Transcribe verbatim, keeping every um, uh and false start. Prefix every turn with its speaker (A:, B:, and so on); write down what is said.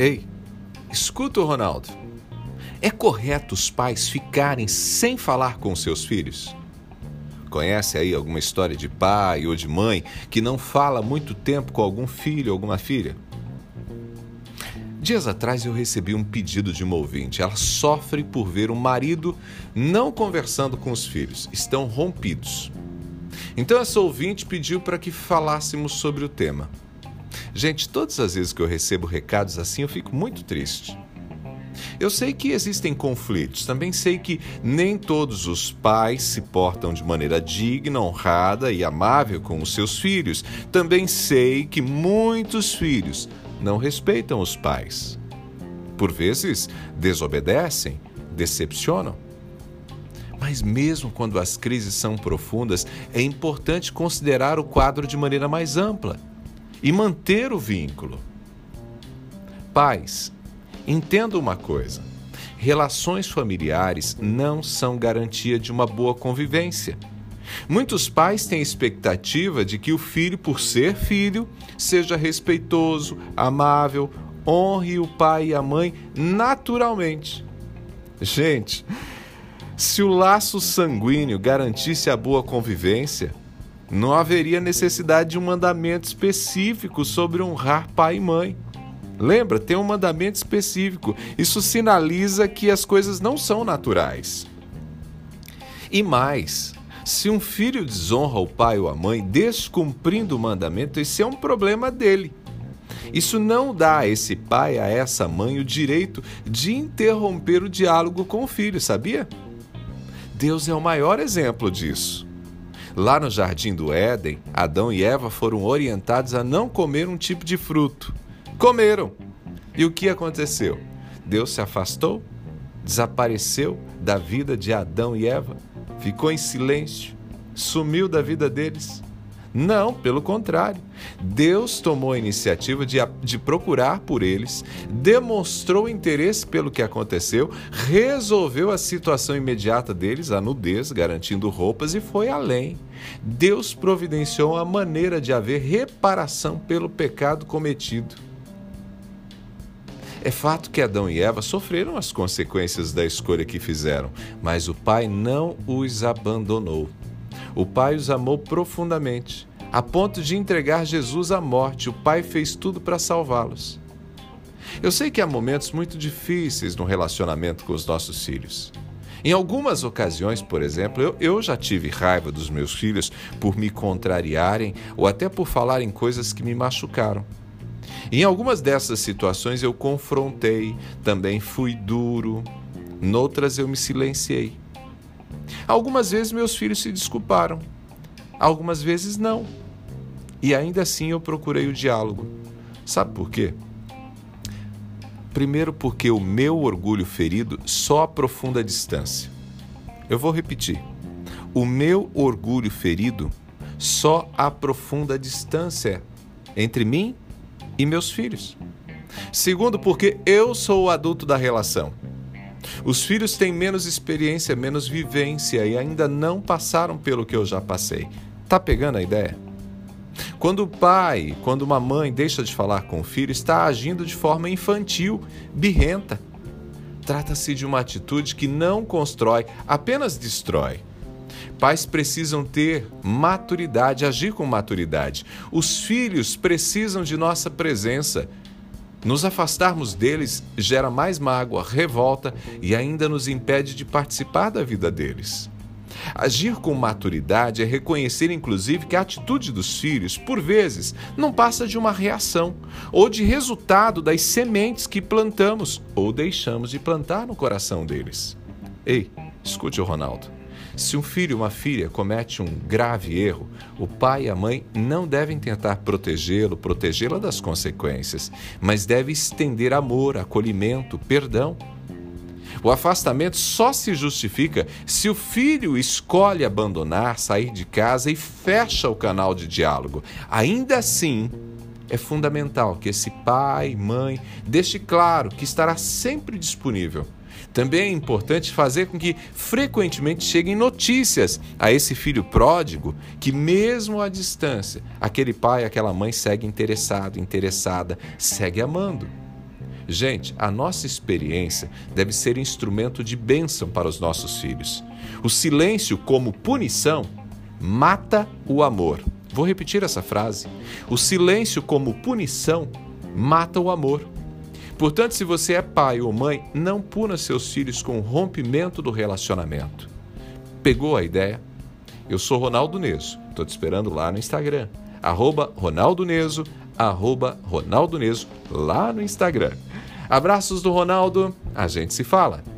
A: Ei, escuta o Ronaldo. É correto os pais ficarem sem falar com seus filhos? Conhece aí alguma história de pai ou de mãe que não fala há muito tempo com algum filho ou alguma filha? Dias atrás eu recebi um pedido de uma ouvinte. Ela sofre por ver o marido não conversando com os filhos. Estão rompidos. Então essa ouvinte pediu para que falássemos sobre o tema. Gente, todas as vezes que eu recebo recados assim, eu fico muito triste. Eu sei que existem conflitos, também sei que nem todos os pais se portam de maneira digna, honrada e amável com os seus filhos. Também sei que muitos filhos não respeitam os pais. Por vezes, desobedecem, decepcionam. Mas mesmo quando as crises são profundas, é importante considerar o quadro de maneira mais ampla e manter o vínculo. Pais, entenda uma coisa: relações familiares não são garantia de uma boa convivência. Muitos pais têm expectativa de que o filho, por ser filho, seja respeitoso, amável, honre o pai e a mãe naturalmente. Gente, se o laço sanguíneo garantisse a boa convivência, não haveria necessidade de um mandamento específico sobre honrar pai e mãe. Lembra, tem um mandamento específico. Isso sinaliza que as coisas não são naturais. E mais, se um filho desonra o pai ou a mãe, descumprindo o mandamento, esse é um problema dele. Isso não dá a esse pai, a essa mãe, o direito de interromper o diálogo com o filho, sabia? Deus é o maior exemplo disso. Lá no Jardim do Éden, Adão e Eva foram orientados a não comer um tipo de fruto. Comeram. E o que aconteceu? Deus se afastou, desapareceu da vida de Adão e Eva, ficou em silêncio, sumiu da vida deles. Não, pelo contrário. Deus tomou a iniciativa de, de procurar por eles, demonstrou interesse pelo que aconteceu, resolveu a situação imediata deles, a nudez, garantindo roupas, e foi além. Deus providenciou a maneira de haver reparação pelo pecado cometido. É fato que Adão e Eva sofreram as consequências da escolha que fizeram, mas o Pai não os abandonou. O Pai os amou profundamente, a ponto de entregar Jesus à morte. O Pai fez tudo para salvá-los. Eu sei que há momentos muito difíceis no relacionamento com os nossos filhos. Em algumas ocasiões, por exemplo, eu, eu já tive raiva dos meus filhos por me contrariarem ou até por falarem coisas que me machucaram. Em algumas dessas situações eu confrontei, também fui duro, noutras eu me silenciei. Algumas vezes meus filhos se desculparam, algumas vezes não. E ainda assim eu procurei o diálogo. Sabe por quê? Primeiro porque o meu orgulho ferido só aprofunda a distância. Eu vou repetir. O meu orgulho ferido só aprofunda a distância entre mim e meus filhos. Segundo, porque eu sou o adulto da relação. Os filhos têm menos experiência, menos vivência e ainda não passaram pelo que eu já passei. Tá pegando a ideia? Quando o pai, quando uma mãe deixa de falar com o filho, está agindo de forma infantil, birrenta. Trata-se de uma atitude que não constrói, apenas destrói. Pais precisam ter maturidade, agir com maturidade. Os filhos precisam de nossa presença. Nos afastarmos deles gera mais mágoa, revolta e ainda nos impede de participar da vida deles. Agir com maturidade é reconhecer, inclusive, que a atitude dos filhos, por vezes, não passa de uma reação ou de resultado das sementes que plantamos ou deixamos de plantar no coração deles. Ei, escute o Ronaldo. Se um filho ou uma filha comete um grave erro, o pai e a mãe não devem tentar protegê-lo, protegê-la das consequências, mas devem estender amor, acolhimento, perdão. O afastamento só se justifica se o filho escolhe abandonar, sair de casa e fecha o canal de diálogo. Ainda assim, é fundamental que esse pai, mãe, deixe claro que estará sempre disponível. Também é importante fazer com que frequentemente cheguem notícias a esse filho pródigo que, mesmo à distância, aquele pai, aquela mãe segue interessado, interessada, segue amando. Gente, a nossa experiência deve ser instrumento de bênção para os nossos filhos. O silêncio como punição mata o amor. Vou repetir essa frase. O silêncio como punição mata o amor. Portanto, se você é pai ou mãe, não puna seus filhos com o rompimento do relacionamento. Pegou a ideia? Eu sou Ronaldo Neso. Estou te esperando lá no Instagram. Arroba Ronaldo Neso, arroba Ronaldo Neso, lá no Instagram. Abraços do Ronaldo. A gente se fala.